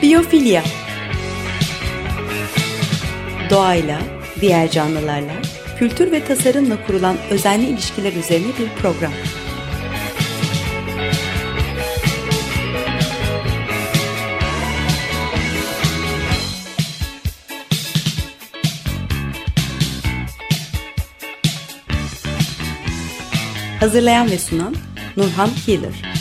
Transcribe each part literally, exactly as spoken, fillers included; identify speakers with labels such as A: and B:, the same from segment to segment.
A: Biyofilya. Doğayla, diğer canlılarla, kültür ve tasarımla kurulan özenli ilişkiler üzerine bir program. Hazırlayan ve sunan Nurhan Keeler.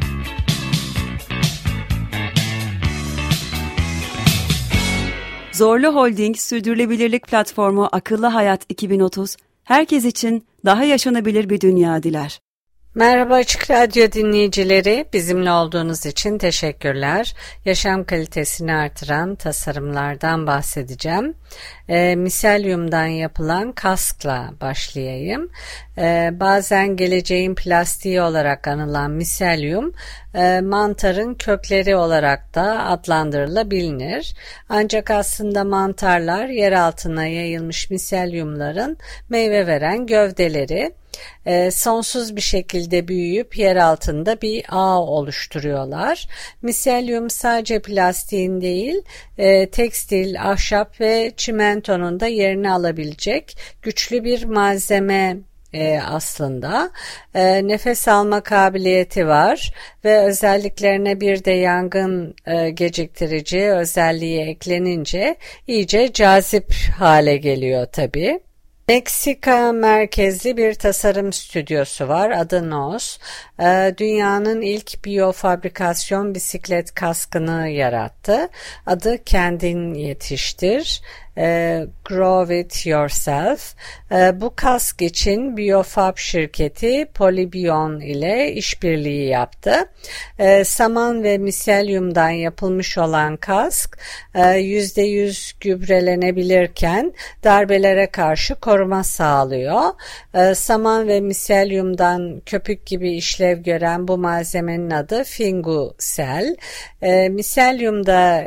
A: Zorlu Holding Sürdürülebilirlik Platformu Akıllı Hayat iki bin otuz, herkes için daha yaşanabilir bir dünya diler.
B: Merhaba Açık Radyo dinleyicileri, bizimle olduğunuz için teşekkürler. Yaşam kalitesini artıran tasarımlardan bahsedeceğim. E, miselyumdan yapılan kaskla başlayayım. E, bazen geleceğin plastiği olarak anılan miselyum, e, mantarın kökleri olarak da adlandırılabilir. Ancak aslında mantarlar yer altına yayılmış miselyumların meyve veren gövdeleri. E, sonsuz bir şekilde büyüyüp yer altında bir ağ oluşturuyorlar. Miselyum sadece plastiğin değil, e, tekstil, ahşap ve çimentonun da yerini alabilecek güçlü bir malzeme e, aslında. E, nefes alma kabiliyeti var ve özelliklerine bir de yangın e, geciktirici özelliği eklenince iyice cazip hale geliyor tabii. Meksika merkezli bir tasarım stüdyosu var, adı Nos. Dünyanın ilk biyofabrikasyon bisiklet kaskını yarattı. Adı Kendin Yetiştir. Grow It Yourself. Bu kask için Biofab şirketi Polybion ile işbirliği yaptı. Saman ve miselyumdan yapılmış olan kask yüzde yüz gübrelenebilirken darbelere karşı koruma sağlıyor. Saman ve miselyumdan köpük gibi işlev gören bu malzemenin adı Fingusel. Miselyumda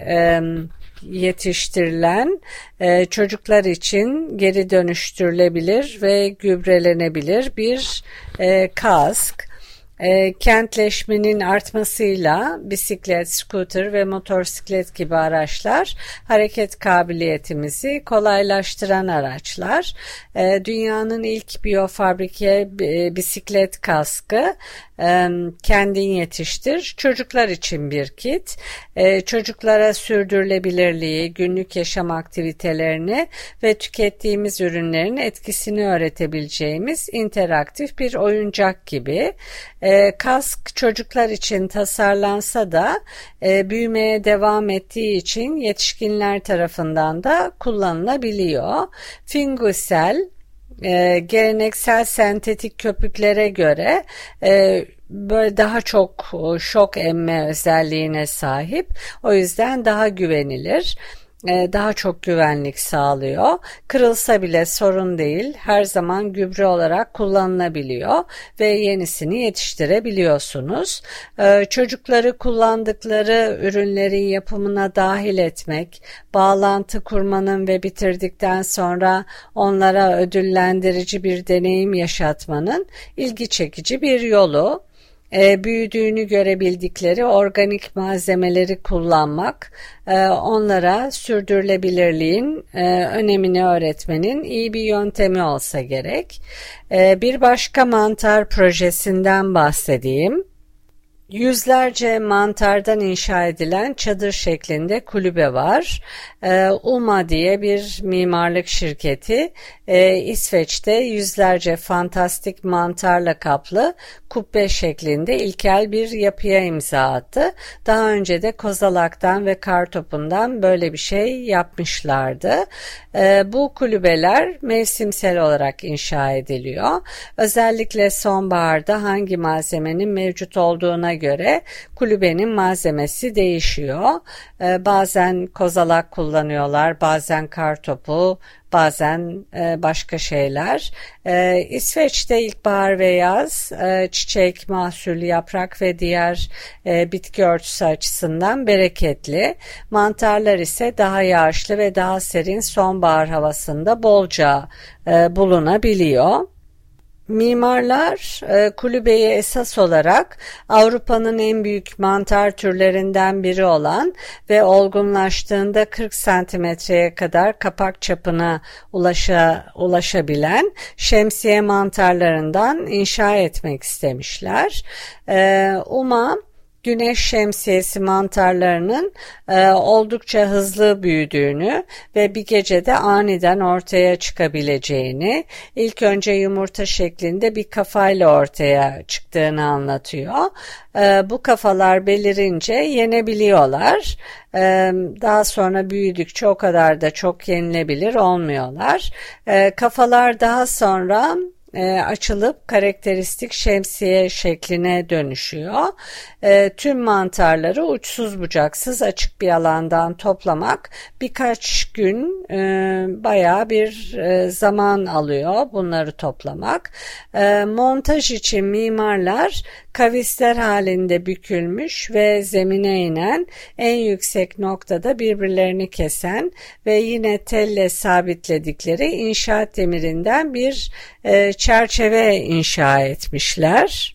B: yetiştirilen e, çocuklar için geri dönüştürülebilir ve gübrelenebilir bir e, kask. E, kentleşmenin artmasıyla bisiklet, scooter ve motosiklet gibi araçlar hareket kabiliyetimizi kolaylaştıran araçlar. E, dünyanın ilk biyofabrike e, bisiklet kaskı e, Kendin Yetiştir. Çocuklar için bir kit. E, çocuklara sürdürülebilirliği, günlük yaşam aktivitelerini ve tükettiğimiz ürünlerin etkisini öğretebileceğimiz interaktif bir oyuncak gibi. E, kask çocuklar için tasarlansa da e, büyümeye devam ettiği için yetişkinler tarafından da kullanılabiliyor. Fingusel e, geleneksel sentetik köpüklere göre e, böyle daha çok şok emme özelliğine sahip. O yüzden daha güvenilir. Daha çok güvenlik sağlıyor. Kırılsa bile sorun değil. Her zaman gübre olarak kullanılabiliyor ve yenisini yetiştirebiliyorsunuz. Çocukları kullandıkları ürünlerin yapımına dahil etmek, bağlantı kurmanın ve bitirdikten sonra onlara ödüllendirici bir deneyim yaşatmanın ilgi çekici bir yolu. E, büyüdüğünü görebildikleri organik malzemeleri kullanmak, e, onlara sürdürülebilirliğin e, önemini öğretmenin iyi bir yöntemi olsa gerek. E, bir başka mantar projesinden bahsedeyim. Yüzlerce mantardan inşa edilen çadır şeklinde kulübe var. Ee, Uma diye bir mimarlık şirketi e, İsveç'te yüzlerce fantastik mantarla kaplı kubbe şeklinde ilkel bir yapıya imza attı. Daha önce de kozalaktan ve kartopundan böyle bir şey yapmışlardı. Ee, bu kulübeler mevsimsel olarak inşa ediliyor. Özellikle sonbaharda hangi malzemenin mevcut olduğuna göre kulübenin malzemesi değişiyor. Ee, bazen kozalak kullanıyorlar, bazen kartopu, bazen e, başka şeyler. E, İsveç'te ilkbahar ve yaz e, çiçek, mahsul, yaprak ve diğer e, bitki örtüsü açısından bereketli. Mantarlar ise daha yağışlı ve daha serin sonbahar havasında bolca e, bulunabiliyor. Mimarlar e, kulübeyi esas olarak Avrupa'nın en büyük mantar türlerinden biri olan ve olgunlaştığında kırk santimetreye kadar kapak çapına ulaşa, ulaşabilen şemsiye mantarlarından inşa etmek istemişler. E, UMA güneş şemsiyesi mantarlarının e, oldukça hızlı büyüdüğünü ve bir gecede aniden ortaya çıkabileceğini, ilk önce yumurta şeklinde bir kafayla ortaya çıktığını anlatıyor. E, bu kafalar belirince yenebiliyorlar. E, daha sonra büyüdükçe o kadar da çok yenilebilir olmuyorlar. E, kafalar daha sonra E, açılıp karakteristik şemsiye şekline dönüşüyor. E, tüm mantarları uçsuz bucaksız açık bir alandan toplamak birkaç gün e, bayağı bir e, zaman alıyor bunları toplamak. E, montaj için mimarlar kavisler halinde bükülmüş ve zemine inen, en yüksek noktada birbirlerini kesen ve yine telle sabitledikleri inşaat demirinden bir e, çerçeve inşa etmişler.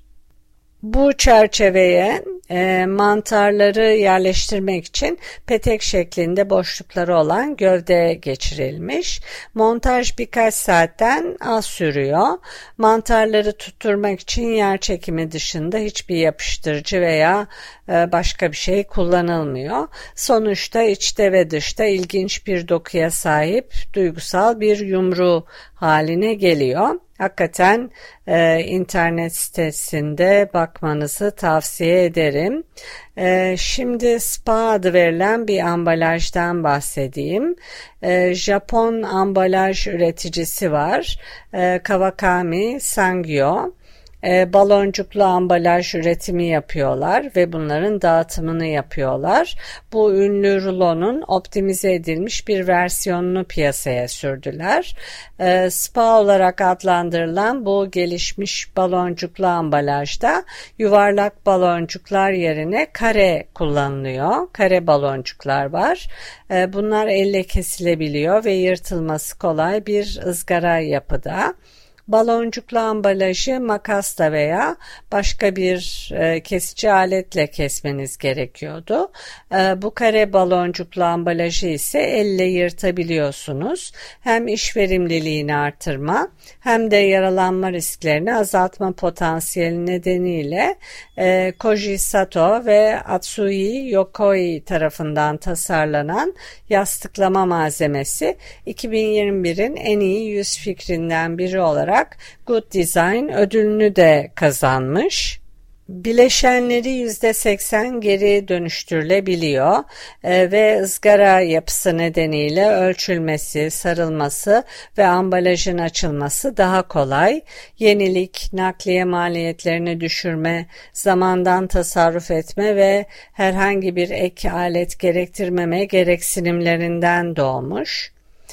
B: Bu çerçeveye e, mantarları yerleştirmek için petek şeklinde boşlukları olan gövde geçirilmiş. Montaj birkaç saatten az sürüyor. Mantarları tutturmak için yer çekimi dışında hiçbir yapıştırıcı veya e, başka bir şey kullanılmıyor. Sonuçta içte ve dışta ilginç bir dokuya sahip duygusal bir yumru haline geliyor. Hakikaten e, internet sitesinde bakmanızı tavsiye ederim. E, şimdi Spa adı verilen bir ambalajdan bahsedeyim. E, Japon ambalaj üreticisi var. E, Kawakami Sangyo. E, baloncuklu ambalaj üretimi yapıyorlar ve bunların dağıtımını yapıyorlar. Bu ünlü rulonun optimize edilmiş bir versiyonunu piyasaya sürdüler. E, Spa olarak adlandırılan bu gelişmiş baloncuklu ambalajda yuvarlak baloncuklar yerine kare kullanılıyor. Kare baloncuklar var. E, bunlar elle kesilebiliyor ve yırtılması kolay bir ızgara yapıda. Baloncuklu ambalajı makasla veya başka bir e, kesici aletle kesmeniz gerekiyordu. E, bu kare baloncuklu ambalajı ise elle yırtabiliyorsunuz. Hem iş verimliliğini artırma hem de yaralanma risklerini azaltma potansiyeli nedeniyle e, Koji Sato ve Atsui Yokoi tarafından tasarlanan yastıklama malzemesi iki bin yirmi birin en iyi yüz fikrinden biri olarak Good Design ödülünü de kazanmış. Bileşenleri yüzde seksen geri dönüştürülebiliyor e, ve ızgara yapısı nedeniyle ölçülmesi, sarılması ve ambalajın açılması daha kolay. Yenilik, nakliye maliyetlerini düşürme, zamandan tasarruf etme ve herhangi bir ek alet gerektirmeme gereksinimlerinden doğmuş.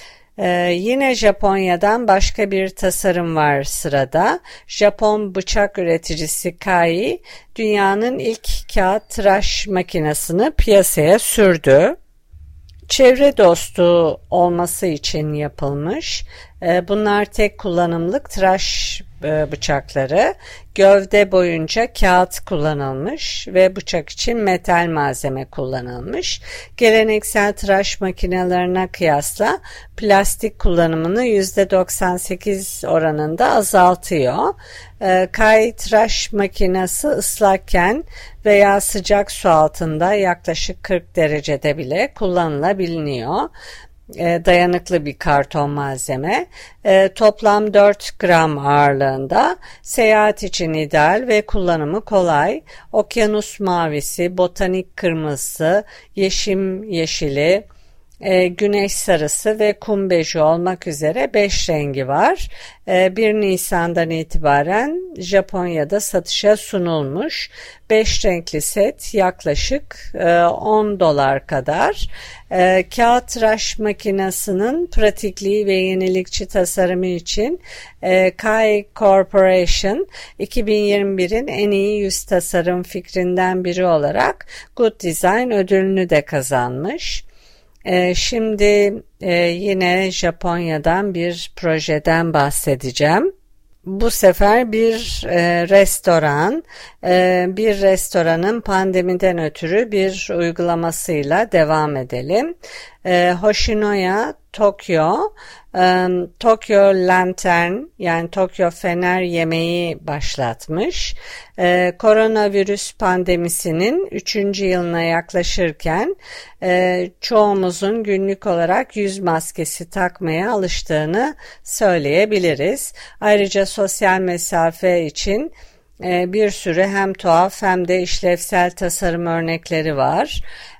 B: Ee, yine Japonya'dan başka bir tasarım var sırada. Japon bıçak üreticisi Kai, dünyanın ilk kağıt tıraş makinesini piyasaya sürdü. Çevre dostu olması için yapılmış. Ee, bunlar tek kullanımlık tıraş e, bıçakları. Gövde boyunca kağıt kullanılmış ve bıçak için metal malzeme kullanılmış. Geleneksel tıraş makinelerine kıyasla plastik kullanımını yüzde doksan sekiz oranında azaltıyor. E, Kai tıraş makinesi ıslakken veya sıcak su altında yaklaşık kırk derecede bile kullanılabiliyor. E, dayanıklı bir karton malzeme. E, toplam dört gram ağırlığında, seyahat için ideal ve kullanımı kolay. Okyanus mavisi, botanik kırmızısı, yeşim yeşili, e, güneş sarısı ve kum beji olmak üzere beş rengi var. E, bir Nisan'dan itibaren Japonya'da satışa sunulmuş. beş renkli set yaklaşık e, on dolar kadar. E, kağıt tıraş makinesinin pratikliği ve yenilikçi tasarımı için e, Kai Corporation iki bin yirmi birin en iyi yüz tasarım fikrinden biri olarak Good Design ödülünü de kazanmış. Ee, şimdi e, yine Japonya'dan bir projeden bahsedeceğim. bu sefer bir e, restoran, e, bir restoranın pandemiden ötürü bir uygulamasıyla devam edelim. E, Hoshinoya Tokyo, e, Tokyo Lantern yani Tokyo Fener yemeği başlatmış. E, koronavirüs pandemisinin üçüncü yılına yaklaşırken e, çoğumuzun günlük olarak yüz maskesi takmaya alıştığını söyleyebiliriz. Ayrıca sosyal mesafe için e, bir sürü hem tuhaf hem de işlevsel tasarım örnekleri var.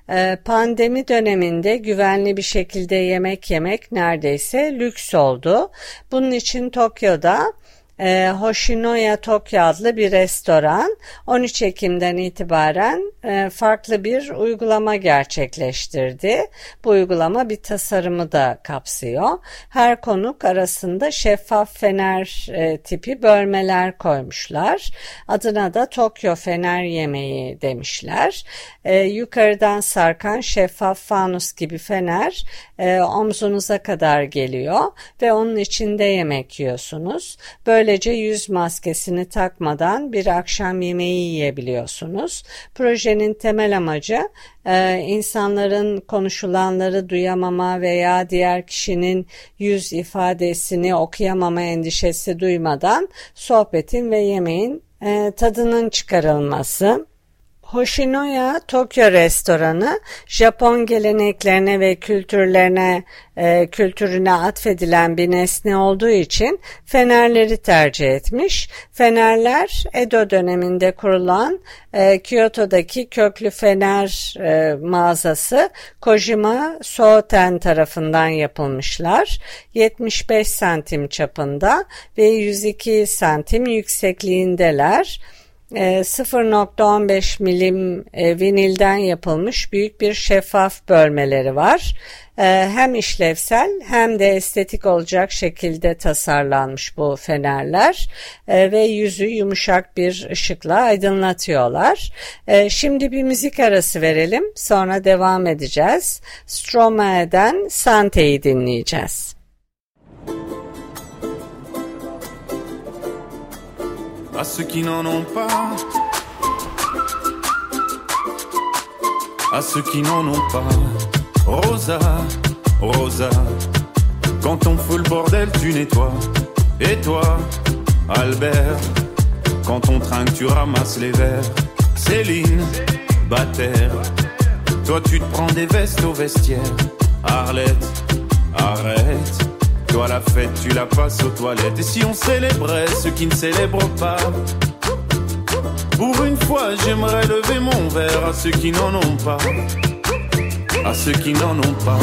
B: Pandemi döneminde güvenli bir şekilde yemek yemek neredeyse lüks oldu. Bunun için Tokyo'da e, Hoshinoya Tokyo adlı bir restoran on üç Ekim'den itibaren e, farklı bir uygulama gerçekleştirdi. Bu uygulama bir tasarımı da kapsıyor. Her konuk arasında şeffaf fener e, tipi bölmeler koymuşlar. Adına da Tokyo Fener yemeği demişler. E, yukarıdan sarkan şeffaf fanus gibi fener e, omzunuza kadar geliyor ve onun içinde yemek yiyorsunuz. Böylece yüz maskesini takmadan bir akşam yemeği yiyebiliyorsunuz. Projenin temel amacı e, insanların konuşulanları duyamama veya diğer kişinin yüz ifadesini okuyamama endişesi duymadan sohbetin ve yemeğin e, tadının çıkarılması. Hoshinoya Tokyo restoranı Japon geleneklerine ve kültürlerine e, kültürüne atfedilen bir nesne olduğu için fenerleri tercih etmiş. Fenerler Edo döneminde kurulan e, Kyoto'daki köklü fener e, mağazası Kojima Soten tarafından yapılmışlar. yetmiş beş santim çapında ve yüz iki santim yüksekliğindeler. sıfır nokta on beş milim vinilden yapılmış büyük bir şeffaf bölmeleri var. Hem işlevsel hem de estetik olacak şekilde tasarlanmış bu fenerler ve yüzü yumuşak bir ışıkla aydınlatıyorlar. Şimdi bir müzik arası verelim, sonra devam edeceğiz. Stromae'den Sante'yi dinleyeceğiz.
C: À ceux qui n'en ont pas, à ceux qui n'en ont pas, Rosa, Rosa, quand on fout le bordel tu nettoies, et toi, Albert, quand on trinque tu ramasses les verres, Céline, Bataire, toi tu te prends des vestes au vestiaire, Arlette, arrête. Toi la fête tu la passes aux toilettes. Et si on célébrait ceux qui ne célèbrent pas, pour une fois j'aimerais lever mon verre à ceux qui n'en ont pas, à ceux qui n'en ont pas.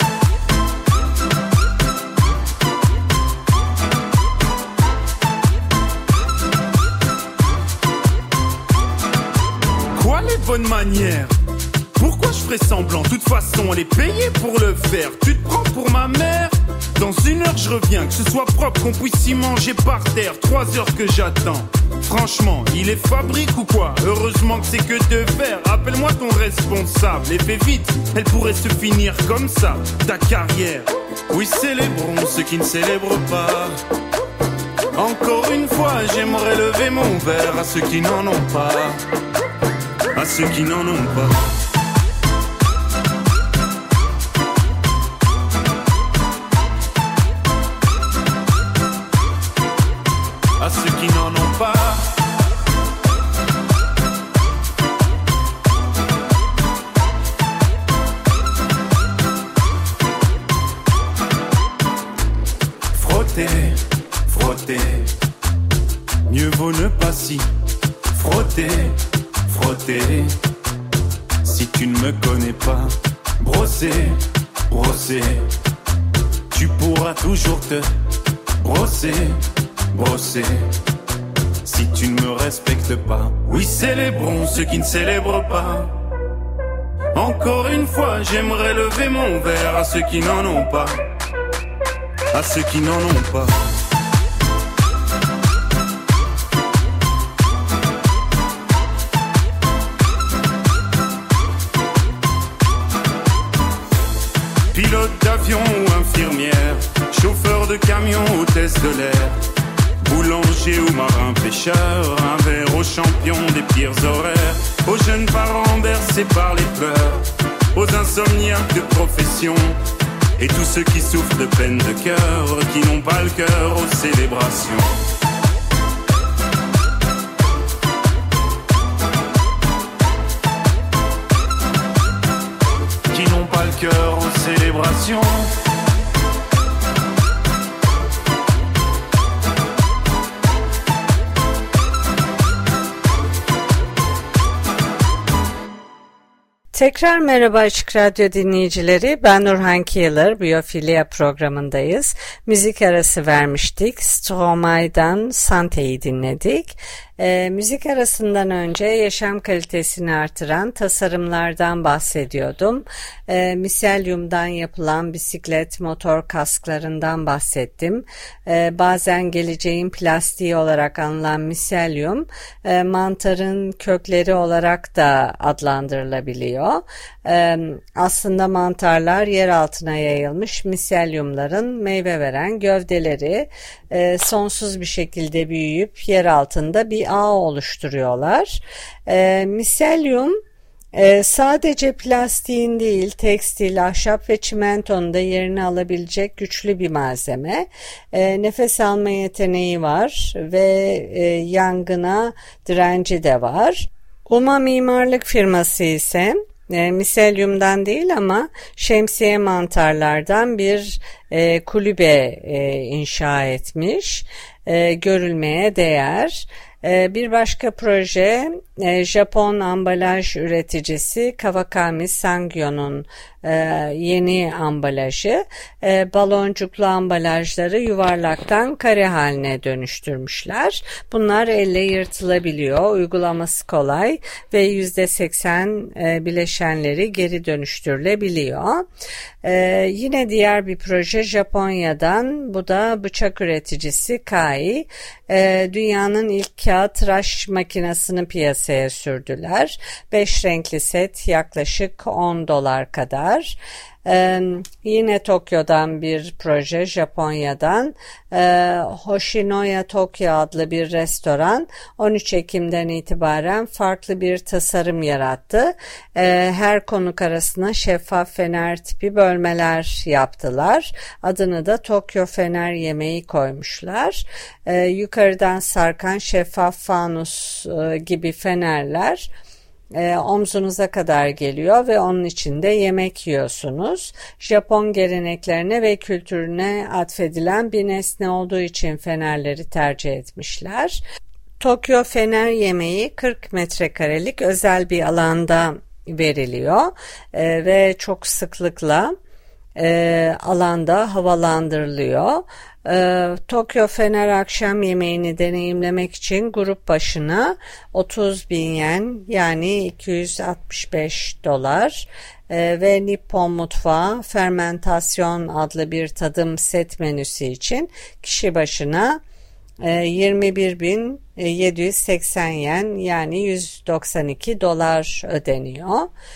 C: Quoi les bonnes manières? Pourquoi je ferais semblant? De toute façon elle est payée pour le faire. Tu te prends pour ma mère? Dans une heure je reviens, que ce soit propre, qu'on puisse y manger par terre. Trois heures que j'attends. Franchement, il est fabrique ou quoi? Heureusement que c'est que de faire. Appelle-moi ton responsable et fais vite, elle pourrait se finir comme ça, ta carrière. Oui, célébrons ceux qui ne célèbrent pas. Encore une fois, j'aimerais lever mon verre à ceux qui n'en ont pas, à ceux qui n'en ont pas. À ceux qui n'en ont pas. Frotter, frotter, mieux vaut ne pas s'y frotter, frotter. Si tu ne me connais pas, brosser, brosser, tu pourras toujours te brosser, brosser. Si tu ne me respectes pas, oui célébrons ceux qui ne célèbrent pas. Encore une fois j'aimerais lever mon verre à ceux qui n'en ont pas, à ceux qui n'en ont pas. Pilote d'avion ou infirmière, chauffeur de camion, hôtesse de l'air, boulanger boulanger ou marin pêcheur, un verre aux champions des pires horaires, aux jeunes parents bercés par les pleurs, aux insomniaques de profession, et tous ceux qui souffrent de peine de cœur, qui n'ont pas le cœur aux célébrations. Qui n'ont pas le cœur aux célébrations.
B: Tekrar merhaba Açık Radyo dinleyicileri, ben Nurhan Kiyılır, Biyofilya programındayız. Müzik arası vermiştik, Stromae'dan Sante'yi dinledik. E, müzik arasından önce yaşam kalitesini artıran tasarımlardan bahsediyordum. E, miselyumdan yapılan bisiklet, motor kasklarından bahsettim. E, bazen geleceğin plastiği olarak anılan miselyum, e, mantarın kökleri olarak da adlandırılabiliyor. E, aslında mantarlar yer altına yayılmış miselyumların meyve veren gövdeleri, e, sonsuz bir şekilde büyüyüp yer altında bir ağ oluşturuyorlar. E, miselyum e, sadece plastiğin değil, tekstil, ahşap ve çimentonun da yerini alabilecek güçlü bir malzeme. E, nefes alma yeteneği var ve e, yangına direnci de var. Uma Mimarlık firması ise E, miselyumdan değil ama şemsiye mantarlardan bir e, kulübe e, inşa etmiş. E, görülmeye değer. E, bir başka proje e, Japon ambalaj üreticisi Kawakami Sangyo'nun e, yeni ambalajı. E, baloncuklu ambalajları yuvarlaktan kare haline dönüştürmüşler. Bunlar elle yırtılabiliyor, uygulaması kolay ve yüzde seksen e, bileşenleri geri dönüştürülebiliyor. E, yine diğer bir proje Japonya'dan, bu da bıçak üreticisi Kai. E, dünyanın ilk kağıt tıraş makinesini piyasaya sürdüler. beş renkli set yaklaşık on dolar kadar. Ee, yine Tokyo'dan bir proje, Japonya'dan ee, Hoshinoya Tokyo adlı bir restoran on üç Ekim'den itibaren farklı bir tasarım yarattı. Ee, her konuk arasına şeffaf fener tipi bölmeler yaptılar. Adını da Tokyo Fener Yemeği koymuşlar. Ee, yukarıdan sarkan şeffaf fanus e, gibi fenerler E, omzunuza kadar geliyor ve onun içinde yemek yiyorsunuz. Japon geleneklerine ve kültürüne atfedilen bir nesne olduğu için fenerleri tercih etmişler. Tokyo Fener Yemeği kırk metrekarelik özel bir alanda veriliyor e, ve çok sıklıkla e, alanda havalandırılıyor. Ee, Tokyo Fener akşam yemeğini deneyimlemek için grup başına otuz bin yen, yani iki yüz altmış beş dolar ee, ve Nippon Mutfağı Fermentasyon adlı bir tadım set menüsü için kişi başına e, yirmi bir bin yedi yüz seksen yen, yani yüz doksan iki dolar ödeniyor.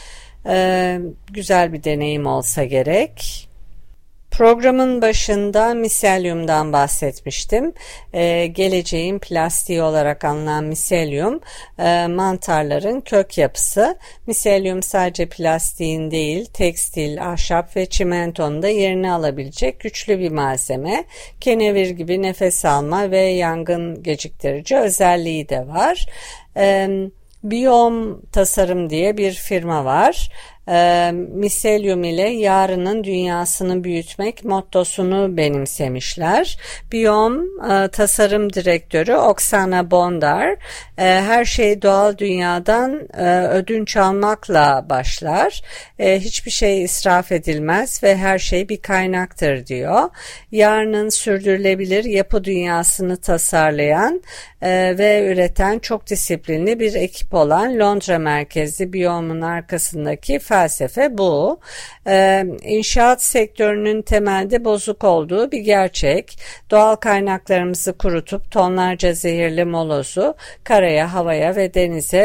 B: Ee, güzel bir deneyim olsa gerek. Programın başında miselyumdan bahsetmiştim. Ee, geleceğin plastiği olarak anılan miselyum, e, mantarların kök yapısı. Miselyum sadece plastiğin değil, tekstil, ahşap ve çimentonun da yerini alabilecek güçlü bir malzeme. Kenevir gibi nefes alma ve yangın geciktirici özelliği de var. Ee, Biom Tasarım diye bir firma var. E, miselyum ile yarının dünyasını büyütmek mottosunu benimsemişler. Biom e, tasarım direktörü Oksana Bondar, e, her şey doğal dünyadan e, ödünç almakla başlar. E, hiçbir şey israf edilmez ve her şey bir kaynaktır diyor. Yarının sürdürülebilir yapı dünyasını tasarlayan e, ve üreten çok disiplinli bir ekip olan Londra merkezli Biom'un arkasındaki felsefe bu. Ee, inşaat sektörünün temelde bozuk olduğu bir gerçek. Doğal kaynaklarımızı kurutup tonlarca zehirli molozu karaya, havaya ve denize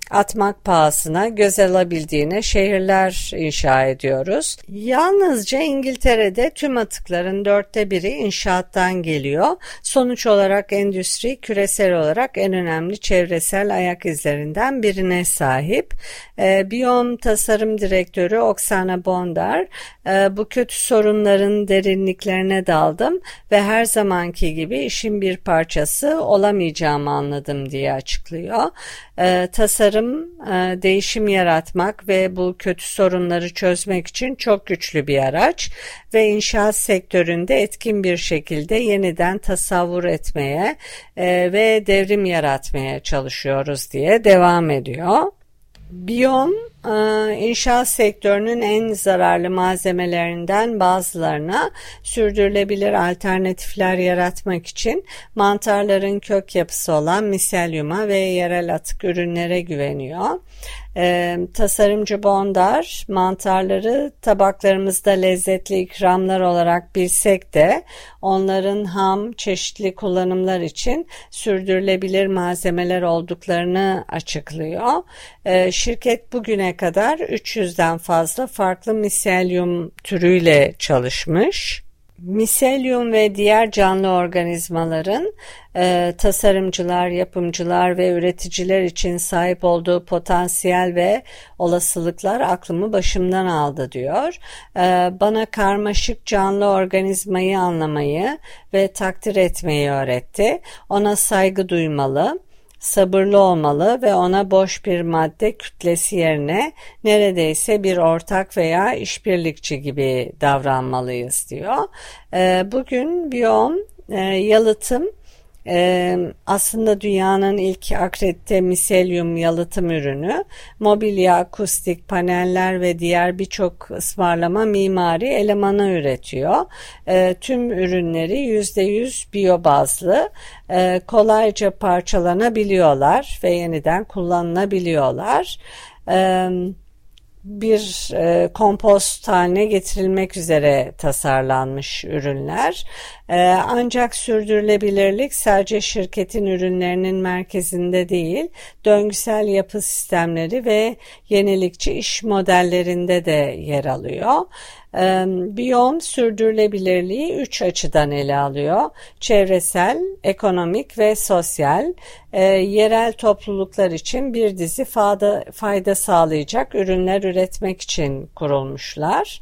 B: atmak pahasına göz alabildiğine şehirler inşa ediyoruz. Yalnızca İngiltere'de tüm atıkların dörtte biri inşaattan geliyor. Sonuç olarak endüstri küresel olarak en önemli çevresel ayak izlerinden birine sahip. E, Biyom Tasarım Direktörü Oksana Bondar, e, bu kötü sorunların derinliklerine daldım ve her zamanki gibi işin bir parçası olamayacağımı anladım diye açıklıyor. E, tasarım, e, değişim yaratmak ve bu kötü sorunları çözmek için çok güçlü bir araç ve inşaat sektöründe etkin bir şekilde yeniden tasavvur etmeye e, ve devrim yaratmaya çalışıyoruz diye devam ediyor. Biyom, inşaat sektörünün en zararlı malzemelerinden bazılarına sürdürülebilir alternatifler yaratmak için mantarların kök yapısı olan miselyuma ve yerel atık ürünlere güveniyor. Ee, tasarımcı Bondar, mantarları tabaklarımızda lezzetli ikramlar olarak bilsek de onların ham, çeşitli kullanımlar için sürdürülebilir malzemeler olduklarını açıklıyor. Ee, şirket bugüne kadar üç yüzden fazla farklı miselyum türüyle çalışmış. Miselyum ve diğer canlı organizmaların e, tasarımcılar, yapımcılar ve üreticiler için sahip olduğu potansiyel ve olasılıklar aklımı başımdan aldı diyor. E, bana karmaşık canlı organizmayı anlamayı ve takdir etmeyi öğretti. Ona saygı duymalı, sabırlı olmalı ve ona boş bir madde kütlesi yerine neredeyse bir ortak veya işbirlikçi gibi davranmalıyız diyor. Bugün biyom, yalıtım aslında dünyanın ilk akredite miselyum yalıtım ürünü, mobilya, akustik, paneller ve diğer birçok ısmarlama mimari elemanı üretiyor. E, tüm ürünleri yüzde yüz biyobazlı, e, kolayca parçalanabiliyorlar ve yeniden kullanılabiliyorlar. E, bir e, kompost haline getirilmek üzere tasarlanmış ürünler. E, ancak sürdürülebilirlik sadece şirketin ürünlerinin merkezinde değil, döngüsel yapı sistemleri ve yenilikçi iş modellerinde de yer alıyor. E, Biyom sürdürülebilirliği üç açıdan ele alıyor: çevresel, ekonomik ve sosyal. E, yerel topluluklar için bir dizi fayda, fayda sağlayacak ürünler üretmek için kurulmuşlar.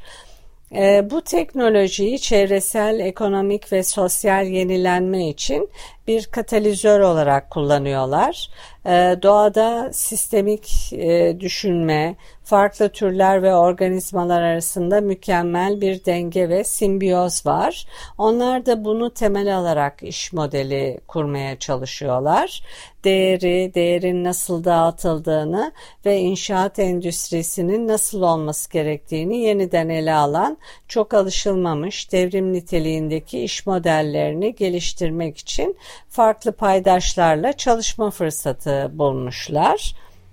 B: E, bu teknolojiyi çevresel, ekonomik ve sosyal yenilenme için bir katalizör olarak kullanıyorlar. E, doğada sistemik e, düşünme, farklı türler ve organizmalar arasında mükemmel bir denge ve simbiyoz var. Onlar da bunu temel alarak iş modeli kurmaya çalışıyorlar. Değeri, değerin nasıl dağıtıldığını ve inşaat endüstrisinin nasıl olması gerektiğini yeniden ele alan, çok alışılmamış devrim niteliğindeki iş modellerini geliştirmek için farklı paydaşlarla çalışma fırsatı bulmuşlar.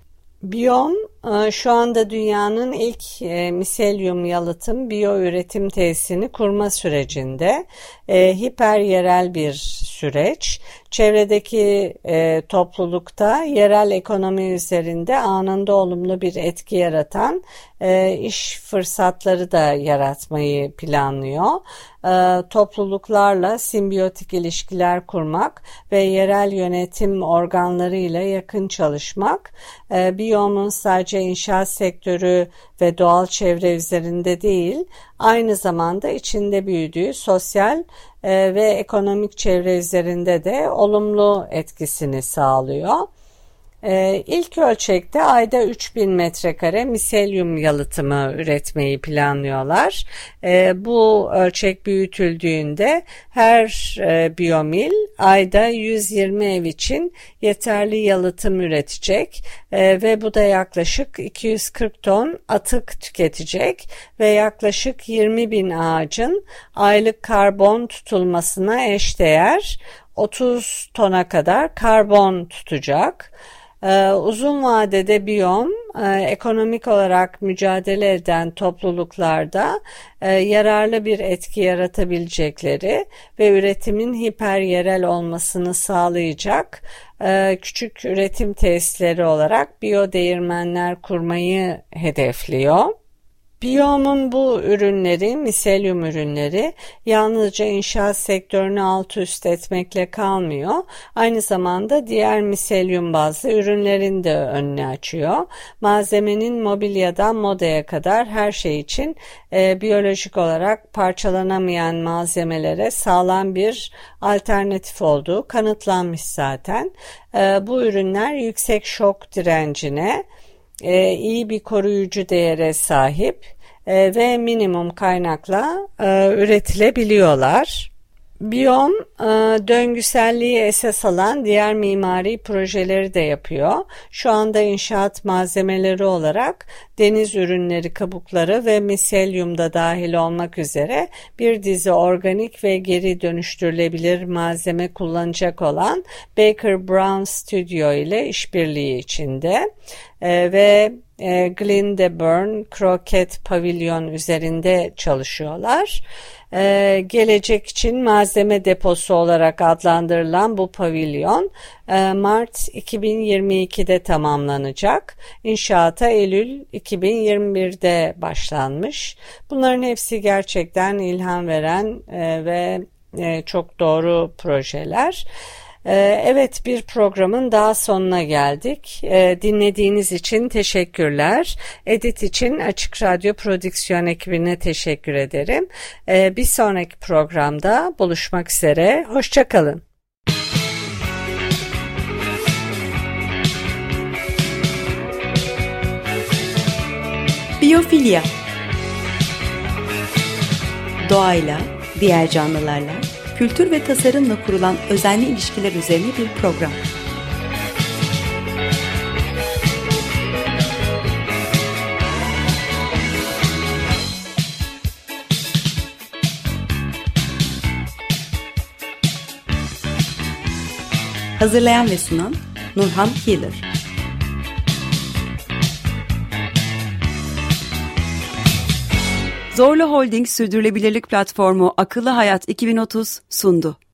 B: Biyom şu anda dünyanın ilk miselyum yalıtım biyo üretim tesisini kurma sürecinde. E, hiper yerel bir süreç. Çevredeki e, toplulukta yerel ekonomi üzerinde anında olumlu bir etki yaratan e, iş fırsatları da yaratmayı planlıyor. E, topluluklarla simbiyotik ilişkiler kurmak ve yerel yönetim organlarıyla yakın çalışmak, e, biyomun sadece inşaat sektörü ve doğal çevre üzerinde değil, aynı zamanda içinde büyüdüğü sosyal e, ve ekonomik çevre üzerinde de olumlu etkisini sağlıyor. Ee, ilk ölçekte ayda üç bin metrekare miselyum yalıtımı üretmeyi planlıyorlar. Ee, bu ölçek büyütüldüğünde her e, biyomil ayda yüz yirmi ev için yeterli yalıtım üretecek e, ve bu da yaklaşık iki yüz kırk ton atık tüketecek ve yaklaşık yirmi bin ağacın aylık karbon tutulmasına eşdeğer otuz tona kadar karbon tutacak. Ee, uzun vadede biyom e, ekonomik olarak mücadele eden topluluklarda e, yararlı bir etki yaratabilecekleri ve üretimin hiperyerel olmasını sağlayacak e, küçük üretim tesisleri olarak biyodeğirmenler kurmayı hedefliyor. Biyom'un bu ürünleri, miselyum ürünleri yalnızca inşaat sektörünü alt üst etmekle kalmıyor. Aynı zamanda diğer miselyum bazlı ürünlerin de önünü açıyor. Malzemenin mobilyadan modaya kadar her şey için e, biyolojik olarak parçalanamayan malzemelere sağlam bir alternatif olduğu kanıtlanmış zaten. E, bu ürünler yüksek şok direncine, e, iyi bir koruyucu değere sahip e, ve minimum kaynakla e, üretilebiliyorlar. Biyom e, döngüselliği esas alan diğer mimari projeleri de yapıyor. Şu anda inşaat malzemeleri olarak deniz ürünleri, kabukları ve miselyum da dahil olmak üzere bir dizi organik ve geri dönüştürülebilir malzeme kullanacak olan Baker Brown Studio ile işbirliği içinde e, ve e, Glendeburn Croquet Pavilion üzerinde çalışıyorlar. Ee, gelecek için malzeme deposu olarak adlandırılan bu pavilyon e, Mart iki bin yirmi ikide tamamlanacak. İnşaata Eylül iki bin yirmi birde başlanmış. Bunların hepsi gerçekten ilham veren e, ve e, çok doğru projeler. Evet, bir programın daha sonuna geldik. Dinlediğiniz için teşekkürler. Edit için Açık Radyo Prodüksiyon ekibine teşekkür ederim. Bir sonraki programda buluşmak üzere. Hoşça kalın.
A: Biyofilya. Doğayla, diğer canlılarla, kültür ve tasarımla kurulan özenli ilişkiler üzerine bir program. Hazırlayan ve sunan Nurhan Healer. Zorlu Holding Sürdürülebilirlik Platformu Akıllı Hayat iki bin otuz sundu.